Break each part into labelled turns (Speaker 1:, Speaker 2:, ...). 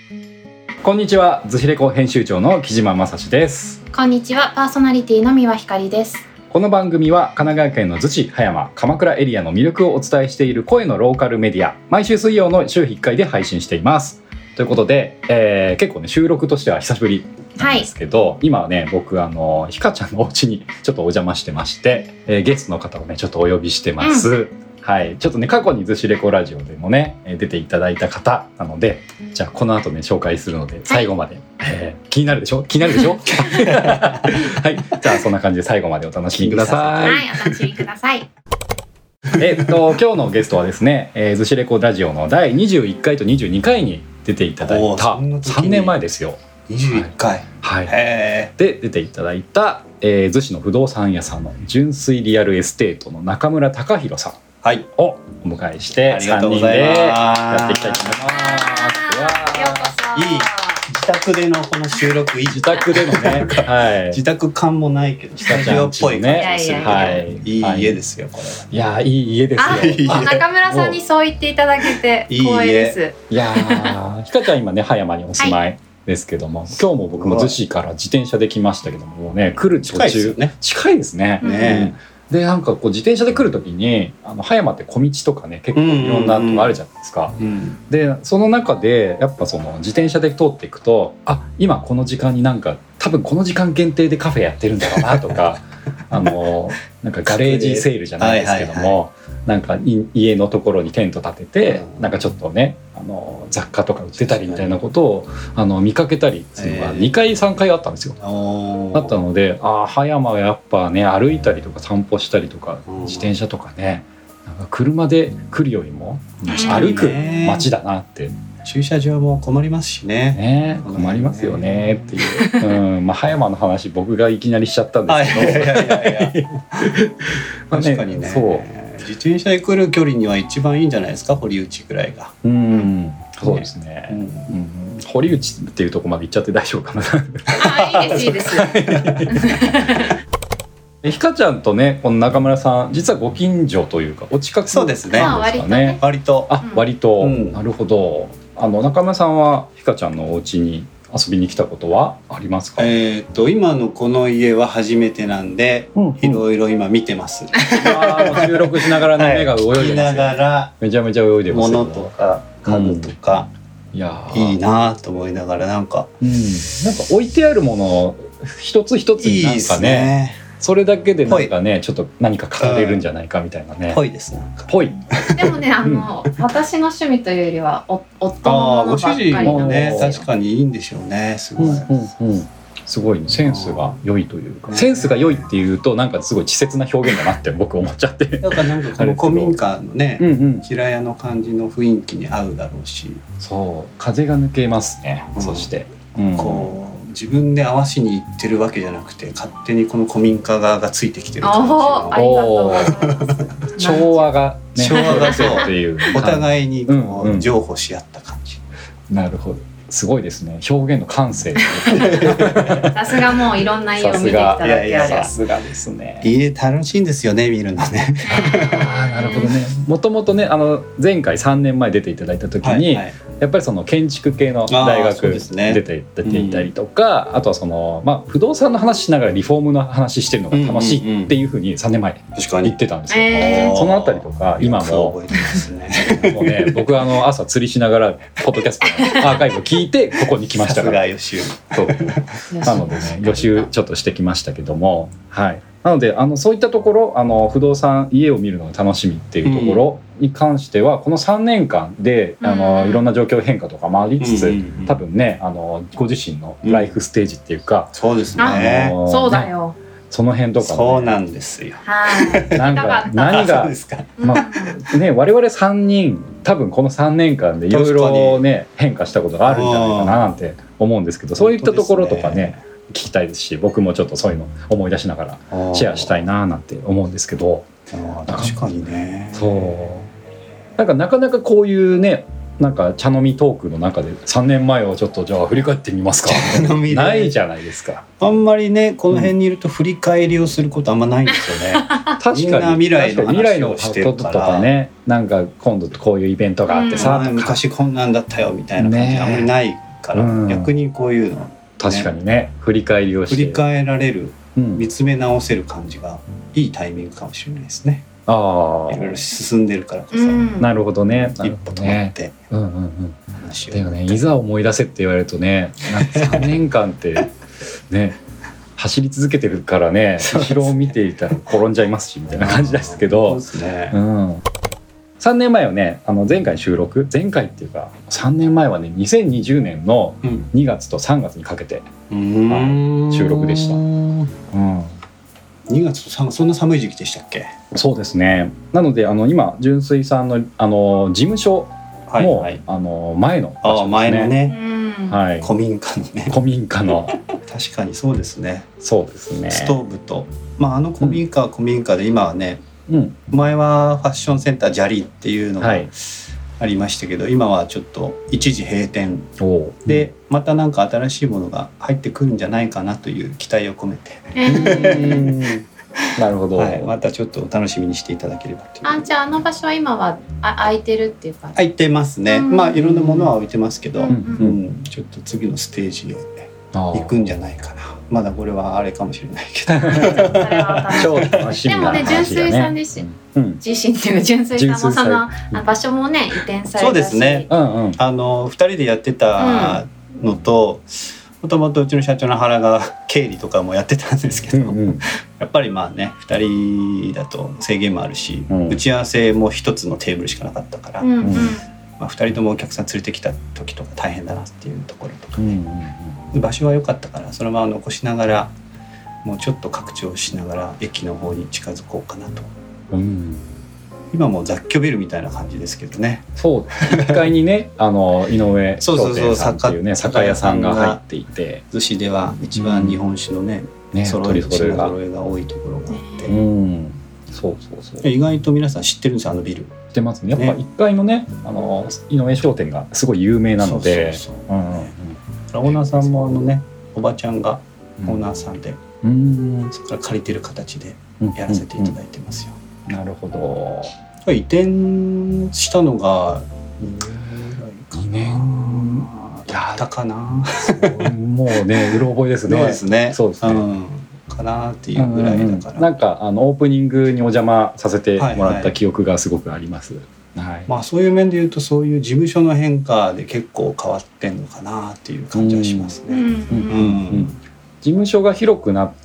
Speaker 1: こんにちは、ズシレコ編集長の木島正史です。
Speaker 2: こんにちは、パーソナリティの三輪ひかりです。
Speaker 1: この番組は神奈川県の逗子、葉山、鎌倉エリアの魅力をお伝えしている声のローカルメディア、毎週水曜の週1回で配信しています。ということで、結構ね収録としては久しぶりなんですけど、今はね僕ひかちゃんのお家にちょっとお邪魔してまして、ゲストの方をねちょっとお呼びしてます。はい、ちょっとね過去にズシレコラジオでもね出ていただいた方なので、じゃあこの後ね紹介するので最後まで、気になるでしょはい、じゃあそんな感じで最後までお楽しみください。
Speaker 2: はい、お楽しみください。
Speaker 1: 今日のゲストはですね、ズシレコラジオの第21回と22回に出ていただいた3年前ですよ。
Speaker 3: 21回、
Speaker 1: はい、で出ていただいた、逗子の不動産屋さんの純粋リアルエステートの中村隆弘さんをお迎えして3人でやっていきたいと思います。
Speaker 2: ようこそ。
Speaker 3: いい自宅でのこの収録、いい
Speaker 1: 自宅でのね、はい、
Speaker 3: 自宅感もないけどスタジオっぽい感じする、いい家ですよこれは。
Speaker 1: いやいい家ですよ。
Speaker 2: 中村さんにそう言っていただけて光栄です。
Speaker 1: いやひかちゃん今ね葉山にお住まいですけども、今日も僕も逗子から自転車で来ましたけども、ね来る途中近いですね。でなんかこう自転車で来るときに葉山って小道とかね結構いろんなとこあるじゃないですか。でその中でやっぱその自転車で通っていくと、今この時間になんか多分この時間限定でカフェやってるんだろうなとかなんかガレージセールじゃないですけども、なんか家のところにテント立てて、なんかちょっとね雑貨とか売ってたりみたいなことを見かけたりするのが2回3回あったんですよ。あったので、葉山はやっぱね歩いたりとか散歩したりとか自転車とかね、なんか車で来るよりも歩く街だなって。
Speaker 3: 駐車場も困りますしね。
Speaker 1: 困りますよねっていう、葉山の話僕がいきなりしちゃったんですけど、
Speaker 3: 確かにね、そう自転車で来る距離には一番いいんじゃないですか、堀内くらいが。
Speaker 1: そうですね。堀内っていうところまで行っちゃって大丈夫かな。
Speaker 2: いいですいいです。
Speaker 1: ひかちゃんとねこの中村さん実はご近所というかお近く
Speaker 3: そうですね。割と
Speaker 1: なるほど。中村さんはひかちゃんのお家に遊びに来たことはありますか？
Speaker 3: 今のこの家は初めてなんで、いろいろ今見てます。
Speaker 1: 収録しながらね、目が泳いでますよ。
Speaker 3: 見ながら
Speaker 1: めちゃめちゃ泳いでますよ。
Speaker 3: 物とか家具とか、いいなと思いながらなんか
Speaker 1: 置いてあるもの一つ一つになんかね、それだけでなんかねちょっと何か語れるんじゃないかみたいなね。
Speaker 3: ぽいです。
Speaker 1: ぽい。
Speaker 2: でもね私の趣味というよりは夫のものばっかりなんですよ。
Speaker 3: 確かにいいんでしょうね。すごい。
Speaker 1: すごいね、センスが良いというか、センスが良いっていうとなんかすごい稚拙な表現だなって僕思っちゃって。
Speaker 3: だからなんかこの古民家のね、平屋の感じの雰囲気に合うだろうし、
Speaker 1: そう風が抜けますね。そして
Speaker 3: こう自分で合わしに行ってるわけじゃなくて勝手にこの古民家側がついてきてる感じの。
Speaker 2: ありがとうございます。
Speaker 1: 調和がそうっていう
Speaker 3: お互いにこう譲歩し合った感じ。
Speaker 1: なるほど。すごいですね。表現の感性。
Speaker 2: さすがもういろんな家を見てきただけある。
Speaker 1: さすがですね。
Speaker 3: 家楽しいんですよね、見るのね。
Speaker 1: なるほどね。もともとね前回3年前出ていただいた時に、やっぱりその建築系の大学出ていたりとか、あとはその不動産の話しながらリフォームの話してるのが楽しいっていうふうに3年前言ってたんですよ。そのあたりとか今ももうね僕朝釣りしながらポッドキャストのアーカイブを聞いてここに来ましたから。
Speaker 3: 予習。
Speaker 1: なのでね予習ちょっとしてきましたけども、はい。なのでそういったところ不動産家を見るのが楽しみっていうところに関しては、この3年間でいろんな状況変化とかもありつつ、多分ねご自身のライフステージっていうか、
Speaker 3: そうですね。
Speaker 2: そうだよ。
Speaker 1: その辺とか、
Speaker 3: そうなんですよ。
Speaker 1: なんか何が我々3人多分この3年間でいろいろね変化したことがあるんじゃないかななんて思うんですけど、そういったところとかね聞きたいですし、僕もちょっとそういうの思い出しながらシェアしたいななんて思うんですけど。
Speaker 3: 確かにね。
Speaker 1: そうなかなかこういうねなんか茶飲みトークの中で3年前をちょっとじゃあ振り返ってみますかないじゃないですか。
Speaker 3: あんまりねこの辺にいると振り返りをすることあんまないんですよね。
Speaker 1: 確かに
Speaker 3: みんな未来の話をしてるから、
Speaker 1: とかね、なんか今度こういうイベントがあってさ、
Speaker 3: 昔こんなんだったよみたいな感じあんまりないから、逆にこういうの、ね、
Speaker 1: 確かにね振り返りをして
Speaker 3: 振り返られる、見つめ直せる感じがいいタイミングかもしれないですね。いろいろ進んでるからこそ、
Speaker 1: なるほどね、
Speaker 3: 一歩止まって、
Speaker 1: 話をだよね。いざ思い出せって言われるとね、3年間ってね走り続けてるからね、後ろを見ていたら転んじゃいますしみたいな感じですけど、
Speaker 3: そうですね、
Speaker 1: 3年前はね、前回収録、前回っていうか3年前はね2020年の2月と3月にかけて、収録でした。
Speaker 3: 2月と3月、そんな寒い時期でしたっけ？
Speaker 1: そうですね。なので今純粋さんの事務所も、前の場所ですね。
Speaker 3: 前のね、古民家のね。
Speaker 1: 古民家の
Speaker 3: 確かにそうですね。
Speaker 1: そうですね。
Speaker 3: ストーブと、古民家は古民家で、今はね、前はファッションセンター砂利っていうのがありましたけど、今はちょっと一時閉店で、またなんか新しいものが入ってくるんじゃないかなという期待を込めて
Speaker 1: なるほど、
Speaker 3: またちょっとお楽しみにしていただければという。
Speaker 2: じゃあ場所は今は空いてるっていうか？
Speaker 3: 空いてますね。いろんなものは置いてますけど、ちょっと次のステージへ行くんじゃないかな。まだこれはあれかもしれないけど
Speaker 1: 超楽しみな話だね。
Speaker 2: でもね、純粋さん自身っていうか、純粋さんもその場所もね移転されたし、
Speaker 3: そうですね、2人でやってたのと、もともとうちの社長の原が経理とかもやってたんですけど、やっぱり2人だと制限もあるし、打ち合わせも一つのテーブルしかなかったから、2人ともお客さん連れてきた時とか大変だなっていうところとかね、場所は良かったからそのまま残しながら、もうちょっと拡張しながら駅の方に近づこうかなと。今も雑居ビルみたいな感じですけどね。
Speaker 1: そう1階にね井上商店さんっていうね酒屋さんが入っていて、
Speaker 3: 逗子では一番日本酒のね揃えが多いところがあって、そう意外と皆さん知ってるんですよ、ビル。
Speaker 1: 知ってますね。やっぱ1階のね井上商店がすごい有名なので、
Speaker 3: オーナーさんもおばちゃんがオーナーさんで、そこから借りてる形でやらせていただいてますよ。
Speaker 1: なるほど。
Speaker 3: 移転したのが
Speaker 1: 2年
Speaker 3: だったかな。
Speaker 1: もうねうろ覚えですね。そうですね。
Speaker 3: かなっていうぐらいだから。
Speaker 1: なんかオープニングにお邪魔させてもらった記憶がすごくあります。
Speaker 3: そういう面で言うと、そういう事務所の変化で結構変わってんのかなっていう感じはしますね。
Speaker 1: 事務所が広くなって、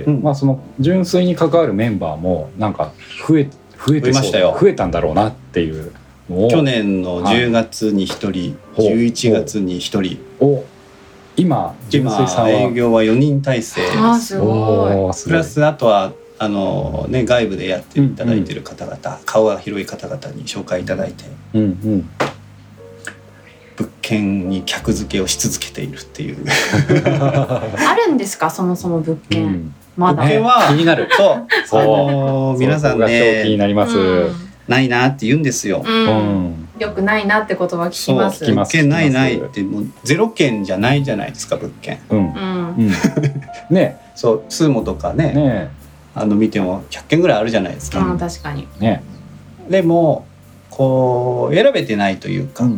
Speaker 1: その純粋に関わるメンバーもなんか増え
Speaker 3: ましたよ。
Speaker 1: 増えたんだろうなっていうのを、
Speaker 3: 去年の10月に1人、11月に1人を
Speaker 1: 今純粋さんは
Speaker 3: 営業は4人体制です。
Speaker 2: すごい。
Speaker 3: プラスあとは外部でやっていただいている方々、顔が広い方々に紹介いただいて、物件に客付けをし続けているっていう
Speaker 2: あるんですか、そもそも物件。まだ
Speaker 3: 物件は
Speaker 1: 気になる。
Speaker 3: 皆さんね、
Speaker 1: 気になります。
Speaker 3: ないなって言うんですよ。
Speaker 2: よくないなって言葉聞きます。
Speaker 3: 物件ないってもう0件じゃないじゃないですか、物件。ね、そうスーモとかね、見ても100件ぐらいあるじゃないですか。
Speaker 2: 確かに。
Speaker 3: ね。でもこう選べてないというか、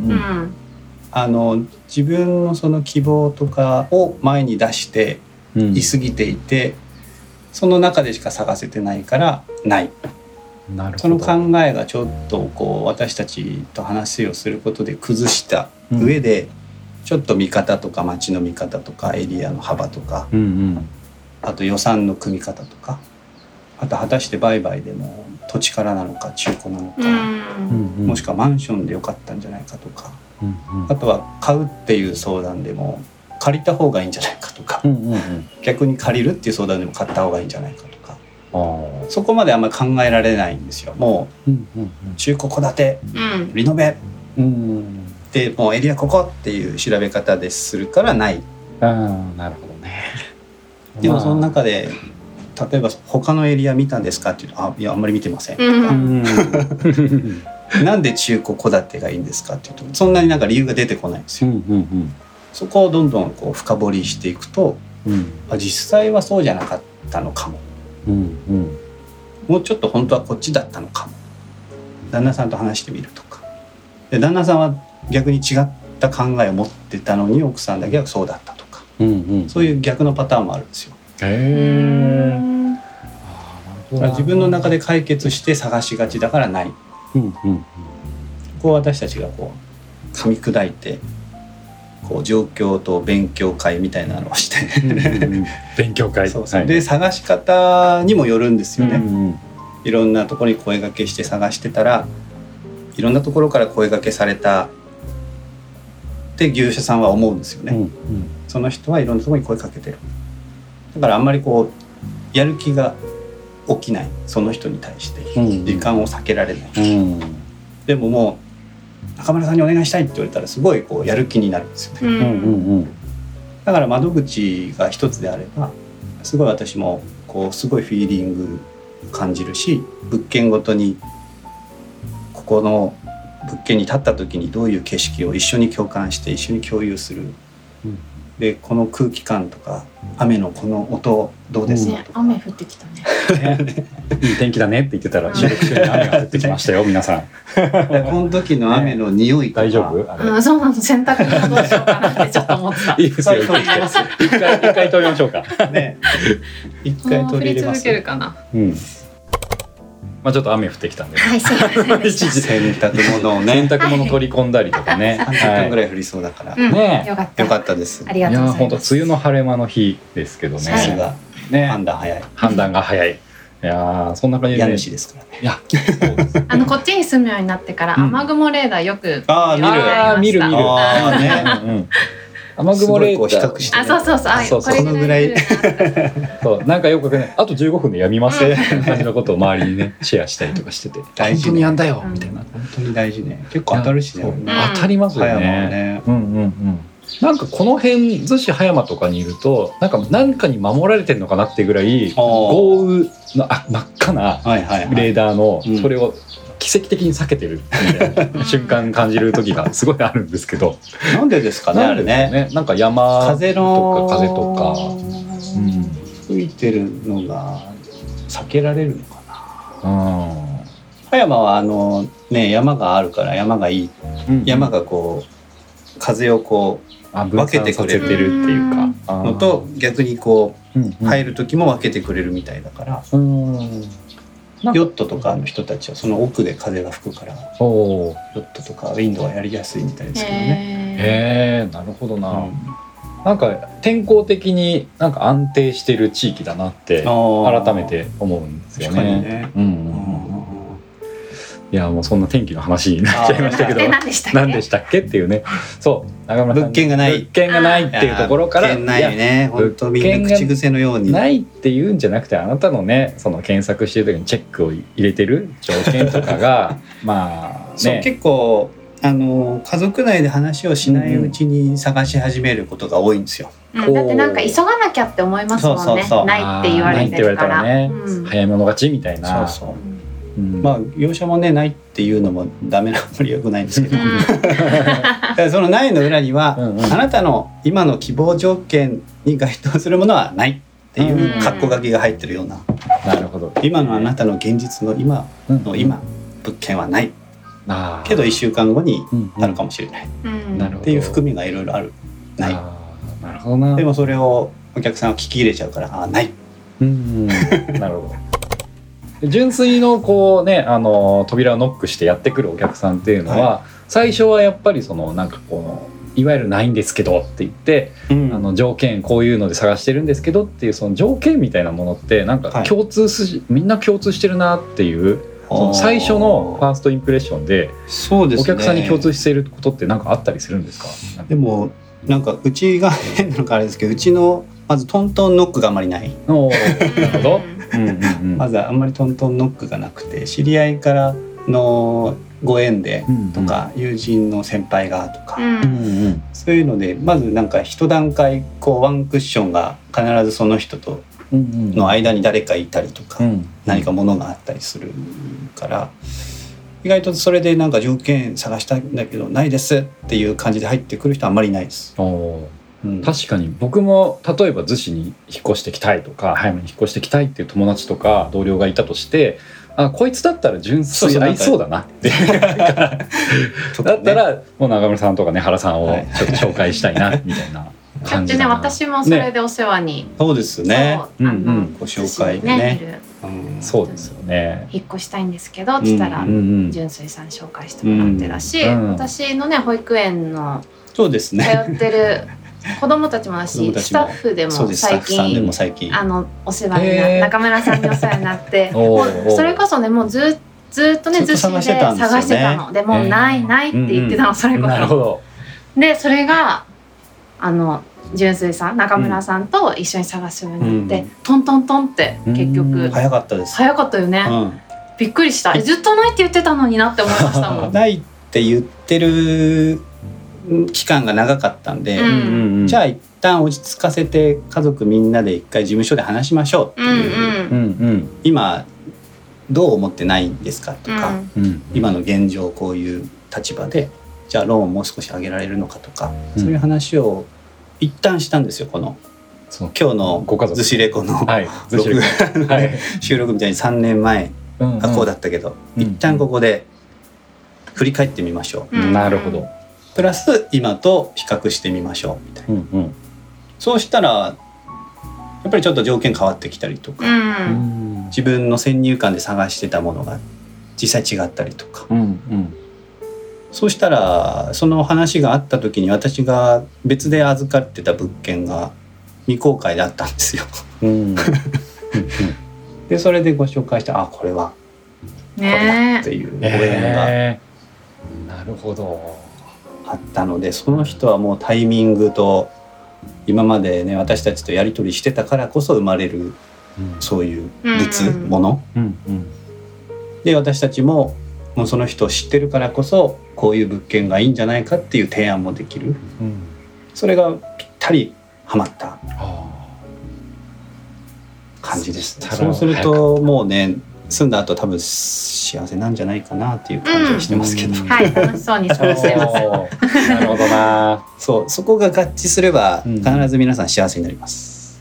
Speaker 3: 自分のその希望とかを前に出していすぎていて、その中でしか探せてないからない。その考えがちょっとこう私たちと話をすることで崩した上で、ちょっと見方とか街の見方とかエリアの幅とか、あと予算の組み方とか、あと果たして売買でも土地からなのか中古なのか、もしくはマンションでよかったんじゃないかとか、あとは買うっていう相談でも借りた方がいいんじゃないかとか、逆に借りるっていう相談でも買った方がいいんじゃないかとか、そこまであんまり考えられないんですよ。もう中古戸建て、リノベでもうエリアここっていう調べ方でするからない。
Speaker 1: なるほどね。
Speaker 3: でもその中で例えば他のエリア見たんですかっていうと、いやあんまり見てませんとか、なんで中古戸建てがいいんですかっていうと、そんなになんか理由が出てこないんですよ。そこをどんどんこう深掘りしていくと、実際はそうじゃなかったのかも、もうちょっと本当はこっちだったのかも、旦那さんと話してみるとかで、旦那さんは逆に違っった考えを持ってたのに奥さんだけはそうだったとか、そういう逆のパターンもあるんですよ。自分の中で解決して探しがちだからない、ここを私たちがこう噛み砕いてこう状況と勉強会みたいなのをして
Speaker 1: 勉強会
Speaker 3: そうそう、はい、で探し方にもよるんですよね、いろんなところに声掛けして探してたらいろんなところから声掛けされたって業者さんは思うんですよね、その人はいろんなところに声かけてる。だからあんまりこうやる気が起きない、その人に対して時間を避けられない、でももう中村さんにお願いしたいって言われたらすごいこうやる気になるんですよね、だから窓口が一つであればすごい私もこうすごいフィーリング感じるし、物件ごとにここの物件に立った時にどういう景色を一緒に共感して一緒に共有する、でこの空気感とか雨のこの音どうですか、
Speaker 2: 雨降ってきたね
Speaker 1: いい天気だねって言ってたら収録中に雨が降ってきましたよ皆さん
Speaker 3: この時の雨の匂いとか、
Speaker 1: 大丈夫？
Speaker 2: そうなの、洗濯物どうしようかなってちょっと思ってた。
Speaker 1: いいですよ、一回撮りましょうか
Speaker 3: ね、一回撮り入れます。
Speaker 2: 降り続けるかな。
Speaker 1: まあちょっと雨降ってきたんで、
Speaker 2: はい、すいませんでした。
Speaker 3: 洗濯物をね、
Speaker 1: 洗濯物取り込んだりとかね、
Speaker 3: 30分ぐらい降りそうだから
Speaker 1: ね、
Speaker 3: よかったです。
Speaker 2: ありがとうございます。
Speaker 1: いや本当梅雨の晴れ間の日ですけどね、
Speaker 3: ね、判断早い、
Speaker 1: 判断が早い。いやそんな感じで、
Speaker 3: 家主ですからね。
Speaker 1: いやそうです、
Speaker 2: こっちに住むようになってから雨雲レーダーよく
Speaker 1: 見るね、雨雲レーダー
Speaker 3: 比較して、ね、
Speaker 2: そう
Speaker 3: このぐらい
Speaker 1: そうなんかよくね、あと15分でやみますね感じのことを周りにねシェアしたりとかしてて、
Speaker 3: 大事、
Speaker 1: 本当にやんだよみたいな、
Speaker 3: 本当に大事ね。結構当たるしね、
Speaker 1: 当たりますよね。なんかこの辺逗子葉山とかにいるとなんかに守られてるのかなっていうぐらい豪雨の真っ赤なレーダーのそれを奇跡的に避けてるみたいな瞬間感じる時がすごいあるんですけど、
Speaker 3: なんでですかねあれね。
Speaker 1: なんか山とか風とか、
Speaker 3: 吹いてるのが避けられるのかな。葉山は山があるから山がいい、山がこう風をこう分けてくれてるっていうかのと、逆にこう入る時も分けてくれるみたいだから、ヨットとかの人たちはその奥で風が吹くからヨットとかウィンドウはやりやすいみたいですけどね。
Speaker 1: なるほどな。なんか天候的になんか安定してる地域だなって改めて思うんですよね。いやもうそんな天気の話になっちゃいましたけど、何でしたっけっていうね。そう中村さん、
Speaker 3: 物件がない
Speaker 1: っていうところから、
Speaker 3: 物件ないね、本当みんな口癖のように
Speaker 1: ないっていうんじゃなくて、あなたのねその検索してる時にチェックを入れてる条件とかがまあね、
Speaker 3: そう結構家族内で話をしないうちに探し始めることが多いんですよ。
Speaker 2: だってなんか急がなきゃって思いますもんね。ないって言われてるからね、
Speaker 1: 早い者勝ちみたいな。
Speaker 3: まあ業者もねないっていうのもダメな、あんまり良くないんですけどそのないの裏には、あなたの今の希望条件に該当するものはないっていう括弧書きが入ってるような、
Speaker 1: なるほど、
Speaker 3: 今のあなたの現実の今の物件はないけど1週間後になるかもしれないっていう含みがいろいろある。ない、
Speaker 1: なるほどな。
Speaker 3: でもそれをお客さんは聞き入れちゃうからない、
Speaker 1: なるほど。純粋のこうね扉をノックしてやってくるお客さんっていうのは、最初はやっぱりそのなんかこういわゆるないんですけどって言って、条件こういうので探してるんですけどっていうその条件みたいなものってなんかみんな共通してるなっていう、その最初のファーストインプレッションでお客さんに共通していることってなんかあったりするんですか？
Speaker 3: でもなんかうちが変なのかあれですけど、うちのまずトントンノックがあまりない。
Speaker 1: なるほど。
Speaker 3: まずあんまりトントンノックがなくて、知り合いからのご縁でとか、友人の先輩がとか、そういうのでまずなんか一段階こうワンクッションが必ずその人との間に誰かいたりとか、何か物があったりするから、意外とそれでなんか条件探したんだけどないですっていう感じで入ってくる人はあんまりいないです。
Speaker 1: 確かに僕も例えば逗子に引っ越してきたいとか葉山に引っ越してきたいっていう友達とか同僚がいたとして、 こいつだったら純粋合いそうだなってだったらもう中村さんとかね原さんをちょっと紹介したいなみたいな感じだな。
Speaker 2: 私もそれでお世話に、
Speaker 3: そうですね、ご紹介でね、
Speaker 1: そうですよね。
Speaker 2: 引っ越したいんですけどって言ったら、純粋さん紹介してもらってだし、私のね保育園の
Speaker 3: そうですね
Speaker 2: 通ってる子供たちもだしスタッフでも最近お世話になって中村さんにお世話になってもうそれこそねもうずっとね逗子で探してたのでもうないって言ってたのそれこそ。
Speaker 1: なるほど。
Speaker 2: でそれが純粋さん中村さんと一緒に探すようになって、トントントンって結局
Speaker 3: 早かったです。
Speaker 2: 早かったよね、びっくりした。ずっとないって言ってたのになって思いましたもん
Speaker 3: ないって言ってる期間が長かったんで、じゃあ一旦落ち着かせて家族みんなで一回事務所で話しましょうっていう、今どう思ってないんですかとか、今の現状こういう立場でじゃあローンをもう少し上げられるのかとか、そういう話を一旦したんですよ。この今日の逗子レコの収録みたいに3年前こうだったけど、一旦ここで振り返ってみましょう。
Speaker 1: なるほど。
Speaker 3: プラス今と比較してみましょうみたいな、そうしたらやっぱりちょっと条件変わってきたりとか、自分の先入観で探してたものが実際違ったりとか、そうしたらその話があった時に私が別で預かってた物件が未公開であったんですよでそれでご紹介してこれはこれだっていうご縁が、
Speaker 1: なるほど
Speaker 3: あったので、その人はもうタイミングと今までね私たちとやり取りしてたからこそ生まれる、そういう物、で私たちももうその人を知ってるからこそこういう物件がいいんじゃないかっていう提案もできる、それがぴったりはまった感じです。そうするともうね住んだ後多分幸せなんじゃないかなっていう感じはしてますけど、
Speaker 2: はい楽しそうに過ごしてます
Speaker 1: なるほどな。
Speaker 3: そこが合致すれば必ず皆さん幸せになります、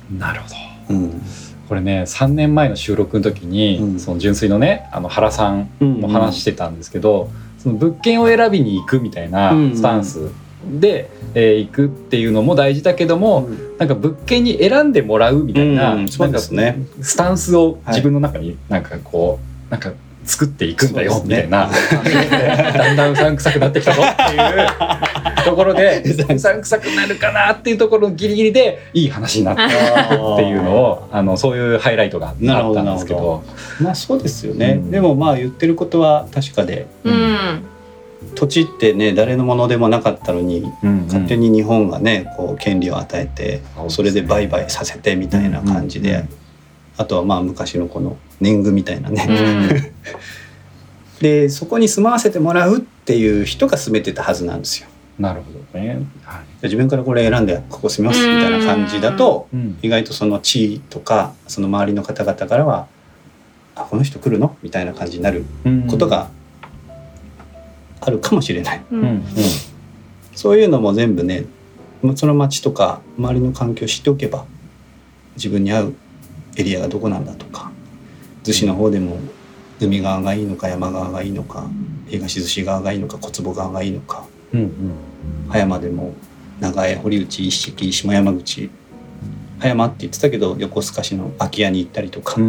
Speaker 1: なるほど、これね3年前の収録の時に、その純粋のね原さんも話してたんですけど、その物件を選びに行くみたいなスタンスで、行くっていうのも大事だけども、なんか物件に選んでもらうみたいな、
Speaker 3: そうですね、
Speaker 1: スタンスを自分の中になんかこうなんか作っていくんだよみたいな、だんだんうさんくさくなってきたぞっていうところでうさんくさくなるかなっていうところのギリギリでいい話になったっていうのをそういうハイライトがあったんですけど、
Speaker 3: まあそうですよね、でもまあ言ってることは確かで、土地ってね誰のものでもなかったのに、勝手に日本がねこう権利を与えて、それで売買させてみたいな感じで、あとはまあ昔のこの年貢みたいなね、でそこに住まわせてもらうっていう人が住めてたはずなんですよ。
Speaker 1: なるほどね、
Speaker 3: 自分からこれ選んでここ住みますみたいな感じだと、意外とその地位とかその周りの方々からはこの人来るのみたいな感じになることがあるかもしれない、そういうのも全部ねその町とか周りの環境を知っておけば自分に合うエリアがどこなんだとか、逗子の方でも海側がいいのか山側がいいのか東逗子側がいいのか小坪側がいいのか、葉山でも長江堀内一色下山口、葉山って言ってたけど横須賀市の空き家に行ったりとか、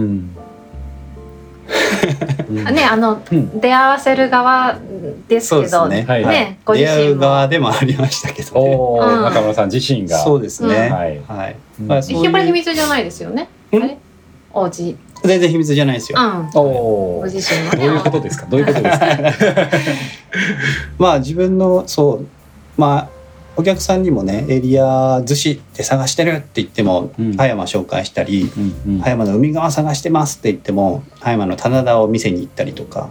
Speaker 2: 出会わせる側ですけどね、
Speaker 3: ご自身も出会う側でもありましたけど、
Speaker 1: 中村さん自身が
Speaker 3: そうですね、
Speaker 2: これ秘密じゃないですよね、お家
Speaker 3: 全然秘密じゃないですよ、
Speaker 2: ご自身の
Speaker 1: どういうことですか
Speaker 3: まあ自分のまあお客さんにもねエリア逗子で探してるって言っても、葉山紹介したり、葉山の海側探してますって言っても葉山の棚田を見せに行ったりとか、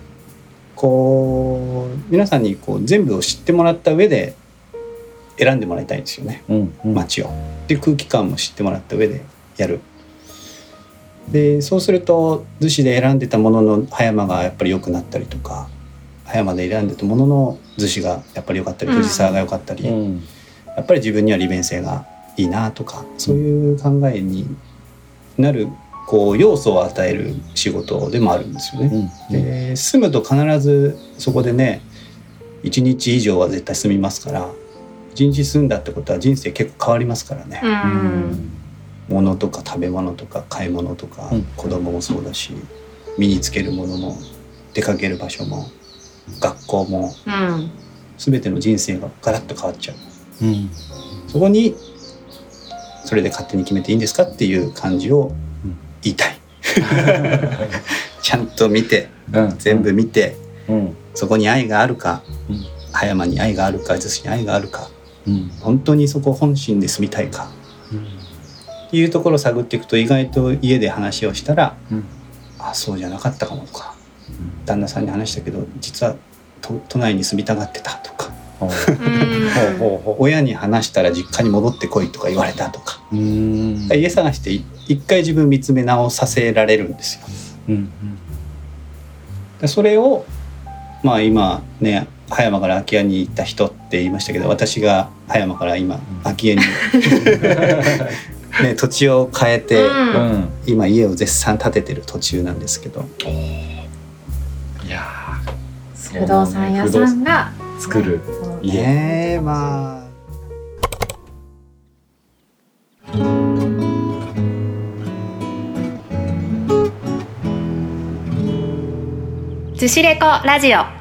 Speaker 3: こう皆さんにこう全部を知ってもらった上で選んでもらいたいんですよね、街を。で空気感も知ってもらった上でやる。でそうすると逗子で選んでたものの葉山がやっぱり良くなったりとか、葉山で選んでたものの逗子がやっぱり良かったり、藤沢が良かったり、やっぱり自分には利便性がいいなとか、そういう考えになるこう要素を与える仕事でもあるんですよね。で住むと必ずそこでね1日以上は絶対住みますから、1日住んだってことは人生結構変わりますからね。物とか食べ物とか買い物とか、子供もそうだし、身につけるものも出かける場所も学校も、全ての人生がガラッと変わっちゃう。そこにそれで勝手に決めていいんですかっていう感じを言いたい。ちゃんと見て、全部見て、そこに愛があるか、葉山に愛があるか、逗子に愛があるか、本当にそこ本心で住みたいか、っていうところを探っていくと、意外と家で話をしたら、あ、そうじゃなかったかもとか、旦那さんに話したけど実は都内に住みたがってたとか、親に話したら実家に戻ってこいとか言われたとか、家探して一回自分見つめ直させられるんですよ。でそれを今ね、葉山から空き家に行った人って言いましたけど、私が葉山から今空き家に、ね、土地を変えて、今家を絶賛建ててる途中なんですけど、
Speaker 1: いや
Speaker 2: 不動産屋さんが
Speaker 1: 作る
Speaker 3: 家、
Speaker 2: 逗子レコラジオ。